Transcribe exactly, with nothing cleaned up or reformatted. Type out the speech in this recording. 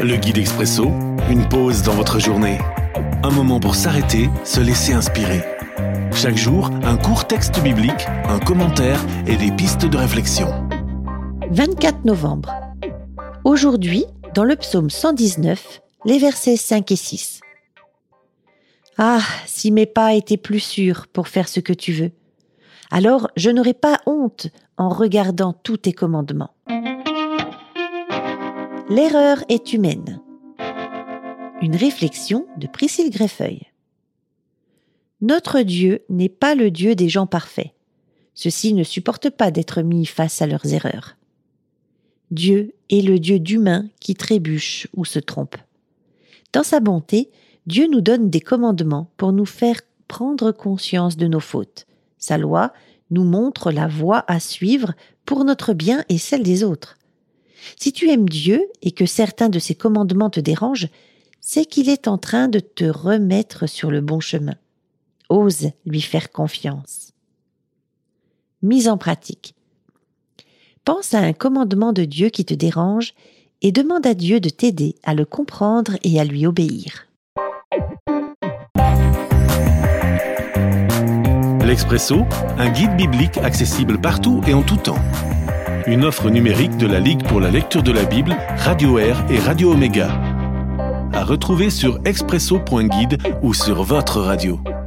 Le guide expresso, une pause dans votre journée. Un moment pour s'arrêter, se laisser inspirer. Chaque jour, un court texte biblique, un commentaire et des pistes de réflexion. vingt-quatre novembre. Aujourd'hui, dans le psaume cent dix-neuf, les versets cinq et six. Ah, si mes pas étaient plus sûrs pour faire ce que tu veux, alors je n'aurais pas honte en regardant tous tes commandements. L'erreur est humaine. Une réflexion de Priscille Greffeuil. Notre Dieu n'est pas le Dieu des gens parfaits. Ceux-ci ne supportent pas d'être mis face à leurs erreurs. Dieu est le Dieu d'humains qui trébuchent ou se trompent. Dans sa bonté, Dieu nous donne des commandements pour nous faire prendre conscience de nos fautes. Sa loi nous montre la voie à suivre pour notre bien et celle des autres. Si tu aimes Dieu et que certains de ses commandements te dérangent, c'est qu'il est en train de te remettre sur le bon chemin. Ose lui faire confiance. Mise en pratique. Pense à un commandement de Dieu qui te dérange et demande à Dieu de t'aider à le comprendre et à lui obéir. L'Expresso, un guide biblique accessible partout et en tout temps. Une offre numérique de la Ligue pour la lecture de la Bible, Radio Air et Radio Omega. À retrouver sur expresso point guide ou sur votre radio.